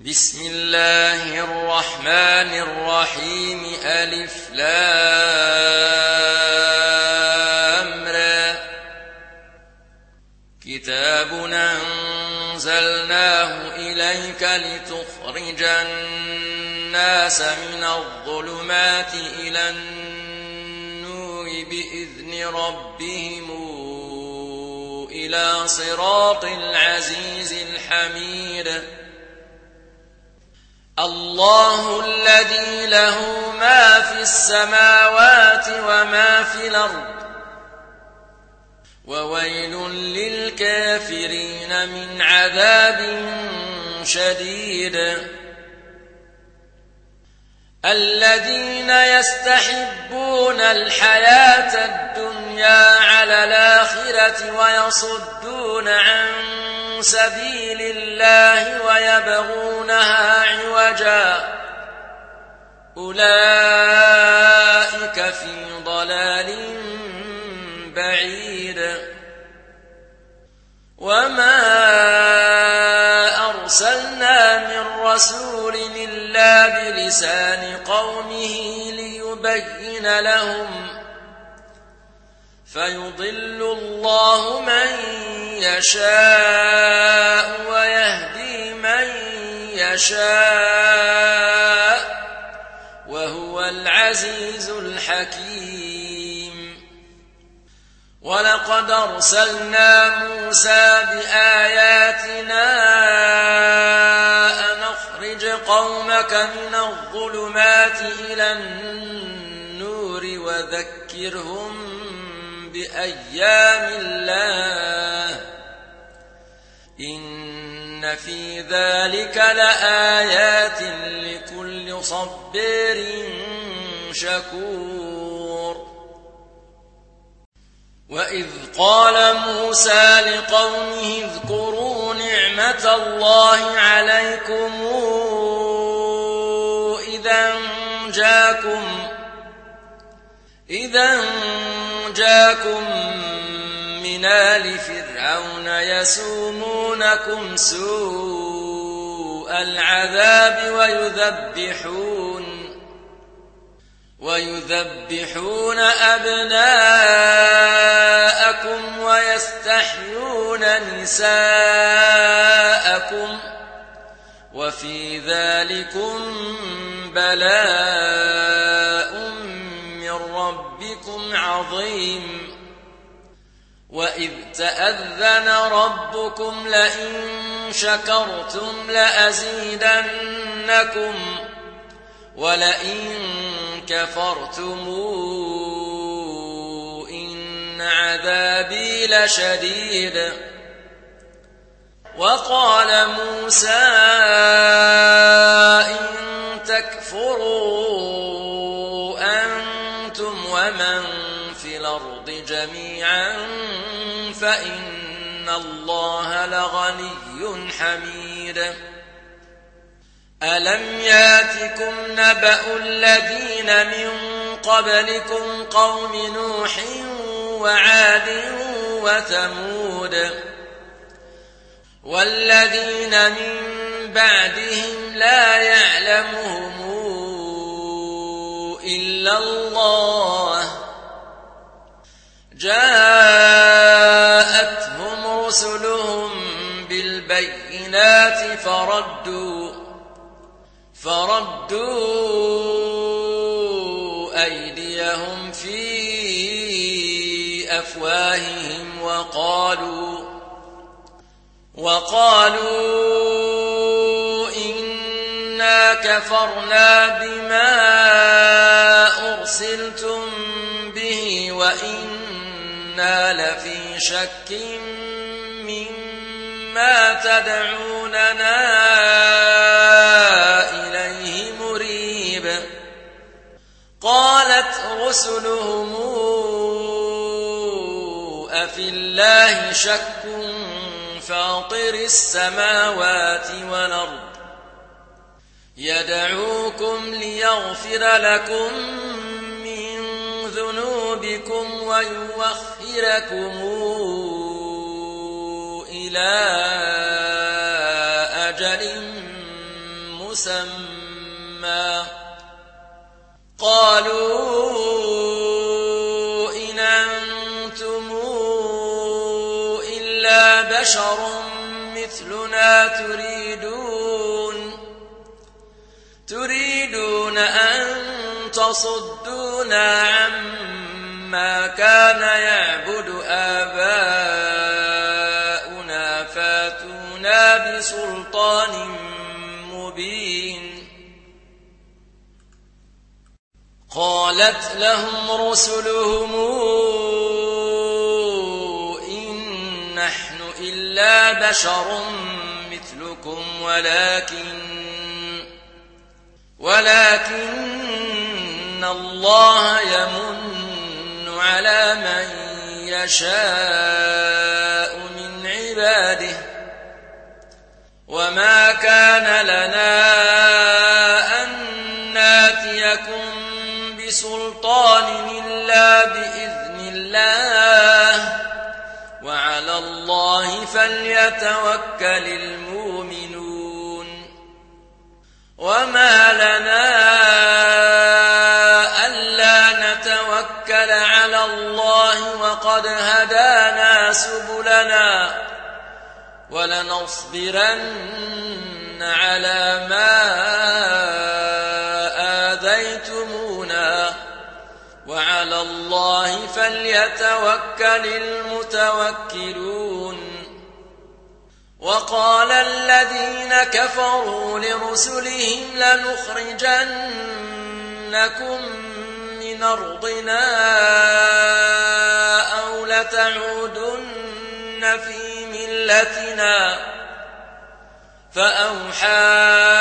بسم الله الرحمن الرحيم ألف لام را كتاب أنزلناه إليك لتخرج الناس من الظلمات إلى النور بإذن ربهم إلى صراط العزيز الحميد الله الذي له ما في السماوات وما في الأرض وويل للكافرين من عذاب شديد الذين يستحبون الحياة الدنيا على الآخرة ويصدون عن سبيل الله ويبغونها عوجا أولئك في ضلال بعيد وما أرسلنا من رسول إلا بلسان قومه ليبين لهم فيضل الله من يشاء ويهدي من يشاء وهو العزيز الحكيم ولقد أرسلنا موسى بآياتنا أن أخرج قومك من الظلمات إلى النور وذكرهم بأيام الله إن في ذلك لآيات لكل صبر شكور وإذ قال موسى لقومه اذكروا نعمة الله عليكم إذا جاكم من آل فرعون يسومونكم سوء العذاب ويذبحون أبناءكم ويستحيون نساءكم وفي ذلكم بلاء من ربكم عظيم وإذ تأذن ربكم لئن شكرتم لأزيدنكم ولئن كفرتم إن عذابي لشديد وقال موسى إن تكفروا أنتم ومن في الأرض جميعا فإن الله لغني حميد ألم ياتكم نبأ الذين من قبلكم قوم نوح وعاد وثمود والذين من بعدهم لا يعلمهم إلا الله جاءتهم رسلهم بالبينات فردوا أيديهم في أفواههم وقالوا إنا كفرنا بما أرسلتم به وإنا لفي شك مما تدعوننا إليه مريب قالت رسلهم أفي الله شك فاطر السماوات والأرض يدعوكم ليغفر لكم من ذنوبكم ويوخركم إلى أجل مسمى قالوا إن أنتم إلا بشر مثلنا تريدون أن تصدونا عما كان يعبد آباؤنا فاتونا بسلطان مبين قالت لهم رسلهم إن نحن إلا بشر مثلكم ولكن الله يمن على من يشاء من عباده وما كان لنا أن ناتيكم بسلطان إلا بإذن الله وعلى الله فليتوكل المؤمنون وما لنا ألا نتوكل على الله وقد هدانا سبلنا ولنصبرن على ما آذيتمونا وعلى الله فليتوكل المتوكلون وقال الذين كفروا لرسلهم لنخرجنكم من أرضنا أو لتعودن في ملتنا فأوحى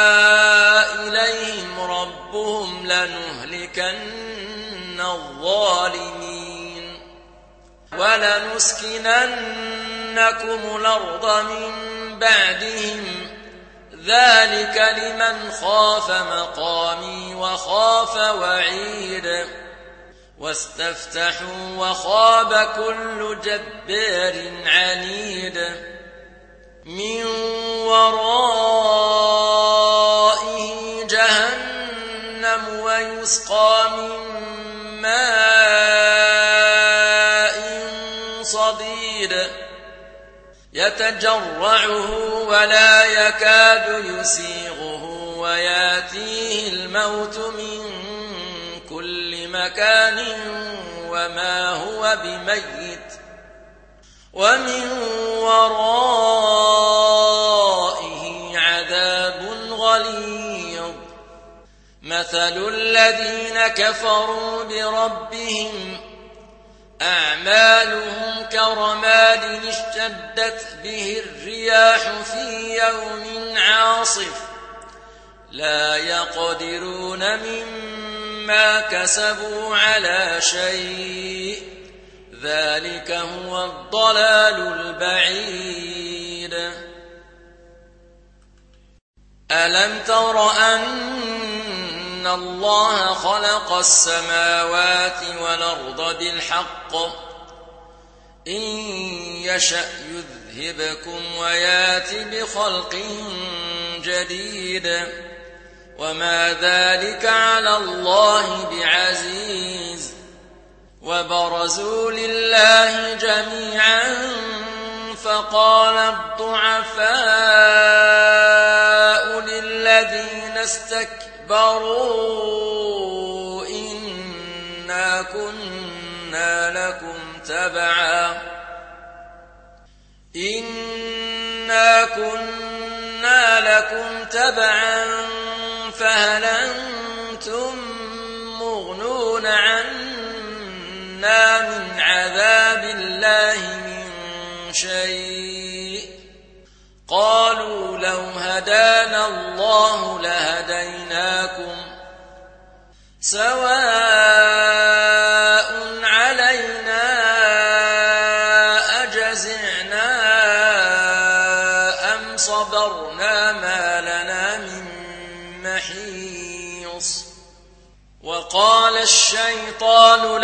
إليهم ربهم لنهلكن الظالمين ولنسكننكم الأرض من بعدهم ذلك لمن خاف مقامي وخاف وعيد واستفتحوا وخاب كل جبار عنيد من ورائه جهنم ويسقى من ماء صديد يتجرعه ولا يكاد يسيغه وياتيه الموت من كل مكان وما هو بميت ومن ورائه عذاب غليظ مثل الذين كفروا بربهم أعمالهم كرماد اشتدت به الرياح في يوم عاصف لا يقدرون مما كسبوا على شيء ذلك هو الضلال البعيد ألم تر أن الله خلق السماوات والأرض بالحق إن يشأ يذهبكم ويات بخلق جديد وما ذلك على الله بعزيز وبرزوا لله جميعا فقال الضعفاء للذين استكبروا إنا كنا لكم تبعا فهل أنتم مغنون عنا من عذاب الله من شيء قالوا لو هدانا الله لهديناكم سواء علينا أجزعنا أم صبرنا ما لنا من محيص وقال الشيطان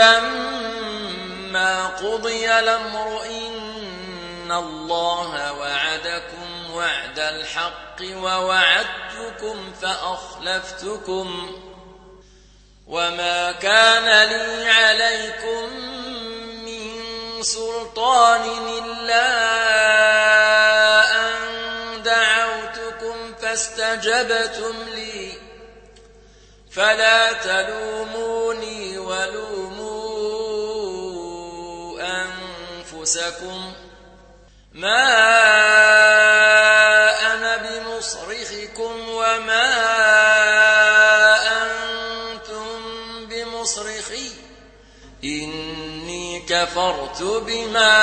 لما قضي الأمر إن الله وعدكم وعد الحق ووعدتكم فأخلفتكم وما كان لي عليكم من سلطان إلا أن دعوتكم فاستجبتم لي فلا تلوموني ولوموا أنفسكم ما أنا بمصرخكم وما أنتم بمصرخي إني كفرت بما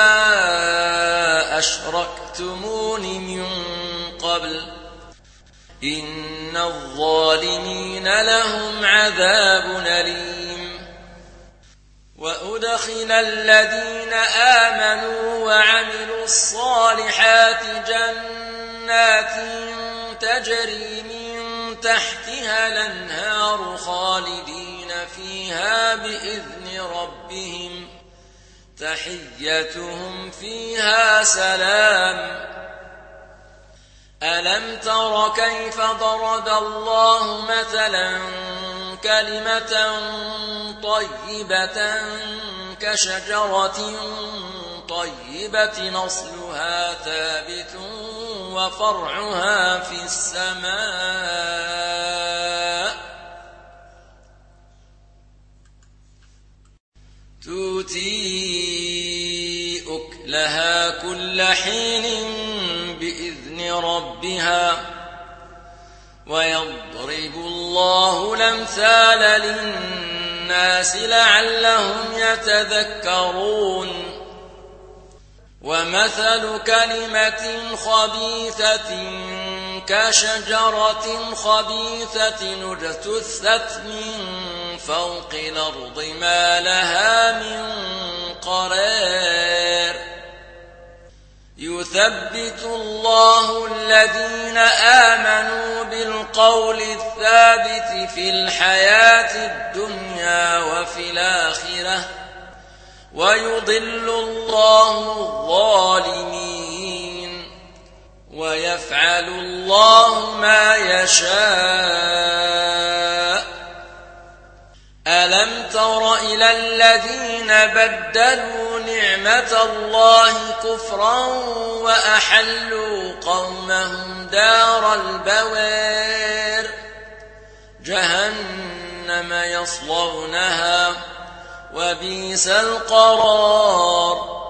أشركتمون من قبل إن الظالمين لهم عذاب أليم وأدخل الذين آمنوا وعملوا الصالحات جنات تجري من تحتها الأنهار خالدين فيها بإذن ربهم تحيتهم فيها سلام ألم تر كيف ضرب الله مثلا كلمة طيبة كشجرة طيبة أصلها ثابت وفرعها في السماء تؤتي أكلها كل حين بإذن ربها ويضرب الله الأمثال للناس لعلهم يتذكرون ومثل كلمة خبيثة كشجرة خبيثة اجتثت من فوق الأرض ما لها من قرار يثبت الله الذين آمنوا بالقول الثابت في الحياة الدنيا وفي الآخرة ويضل الله الظالمين ويفعل الله ما يشاء ألم تر إلى الذين بدلوا نعمة الله كفرا وأحلوا قومهم دار البوار جهنم يصلونها وبئس القرار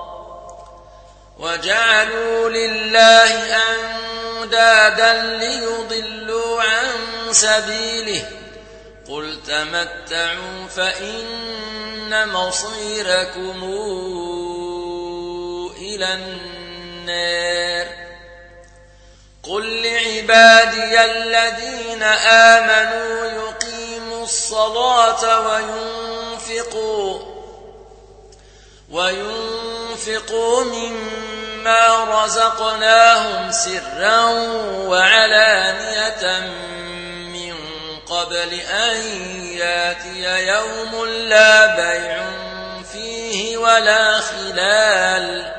وجعلوا لله أندادا ليضلوا عن سبيله قل تمتعوا فإن مصيركم إلى النار قل لعبادي الذين آمنوا يقيموا الصلاة وينفقوا مما رزقناهم سرا وعلانية من قبل أن ياتي يوم لا بيع فيه ولا خلال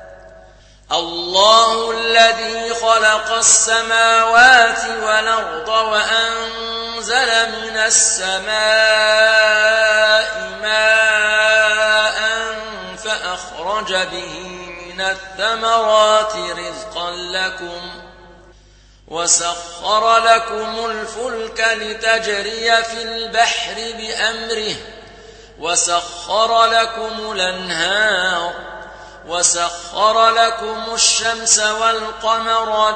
الله الذي خلق السماوات والأرض وأنزل من السماء ماء فأخرج به من الثمرات رزقا لكم وسخر لكم الفلك لتجري في البحر بأمره وسخر لكم الأنهار وسخر لكم الشمس والقمر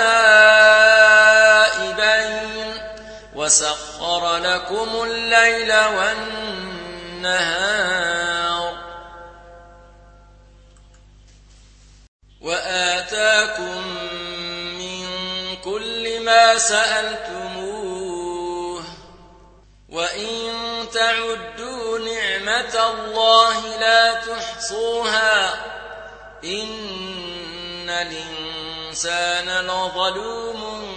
دائبين وسخر لكم الليل والنهار وآتاكم من كل ما سألتموه وإن تعدوا نعمة الله لا تحصوها إن الإنسان لظلوم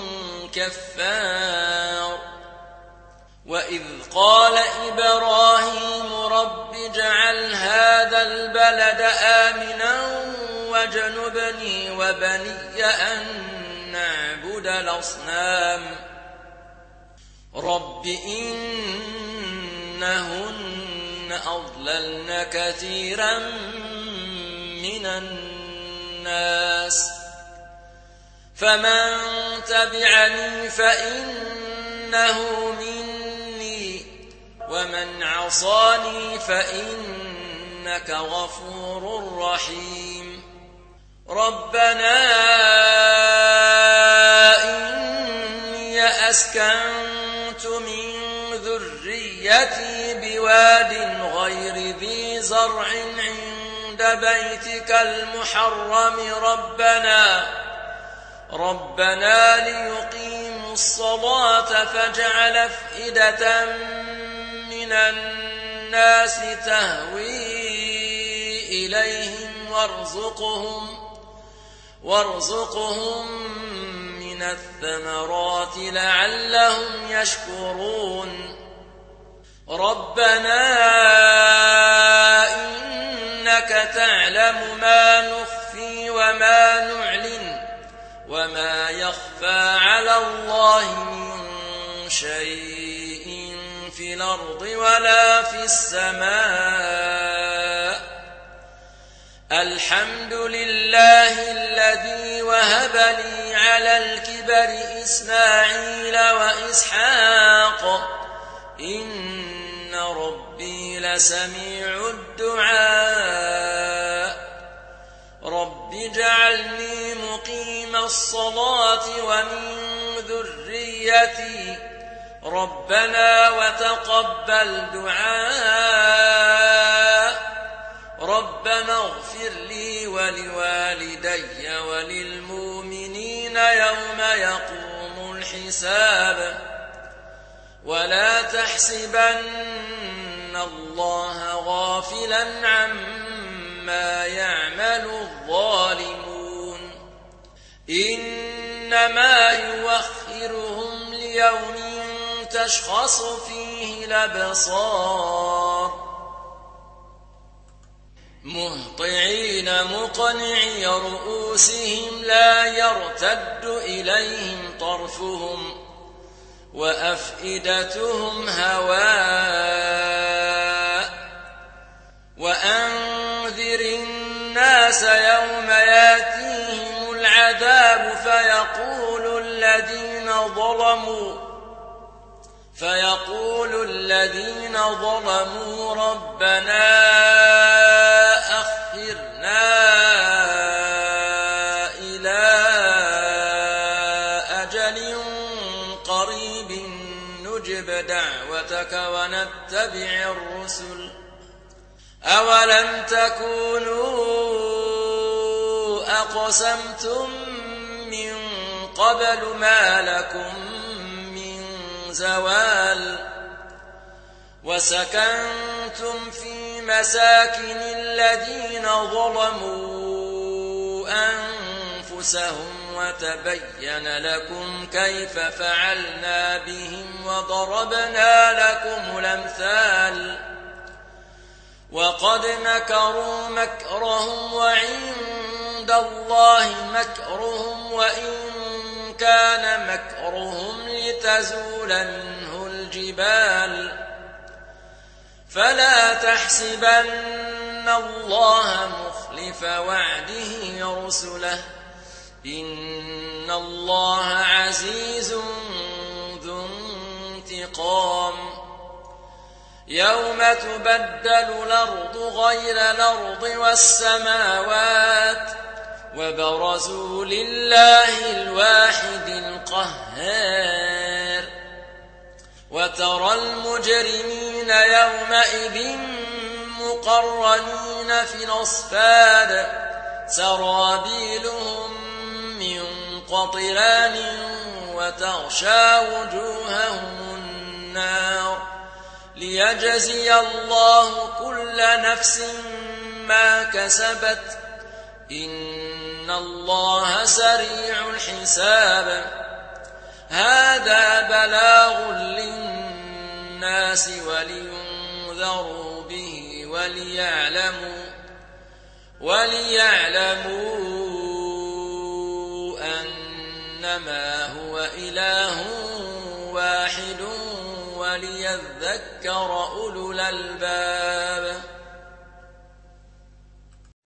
كفار وإذ قال إبراهيم رب اجعل هذا البلد آمنا واجنبني وبني أن نعبد الأصنام رب إنهن أضللن كثيرا من الناس فمن تبعني فإنه مني ومن عصاني فإنك غفور رحيم ربنا إني أسكنت من ذريتي بواد غير ذي زرع عند بيتك المحرم ربنا ليقيموا الصلاة فاجعل أفئدة من الناس تهوي إليهم وارزقهم من الثمرات لعلهم يشكرون ربنا إنك تعلم ما نخفي وما نعلن وما يخفى على الله من شيء في الأرض ولا في السماء الحمد لله الذي وهب لي على الكبر إسماعيل وإسحاق إن ربي لسميع الدعاء رب اجعلني مقيم الصلاة ومن ذريتي ربنا وتقبل دعاء ربنا اغفر لي ولوالدي وللمؤمنين يوم يقوم الحساب ولا تحسبن الله غافلا عما يعمل الظالمون إنما يوخرهم ليوم تشخص فيه الأبصار مهطعين مقنعي رؤوسهم لا يرتد إليهم طرفهم وأفئدتهم هواء وأنذر الناس يوم ياتيهم العذاب فيقول الذين ظلموا ربنا أخرنا إلى أجل قريب نجب دعوتك ونتبع الرسل أولم تكونوا أقسمتم من قبل ما لكم من زوال وسكنتم في مساكن الذين ظلموا أنفسهم وتبين لكم كيف فعلنا بهم وضربنا لكم الأمثال وقد مكروا مكرهم وعند الله مكرهم وإن كان مكرهم لتزول منه الجبال فلا تحسبن الله مخلف وعده رسله إن الله عزيز ذو انتقام يوم تبدل الأرض غير الأرض والسماوات وبرزوا لله الواحد القهار وترى المجرمين يومئذ مقرنين في الأصفاد سرابيلهم من قطران وتغشى وجوههم النار ليجزي الله كل نفس ما كسبت إن الله سريع الحساب هذا بلاغ للناس ولينذروا به وليعلموا أنما هو إله واحد وليذكر أولو الألباب.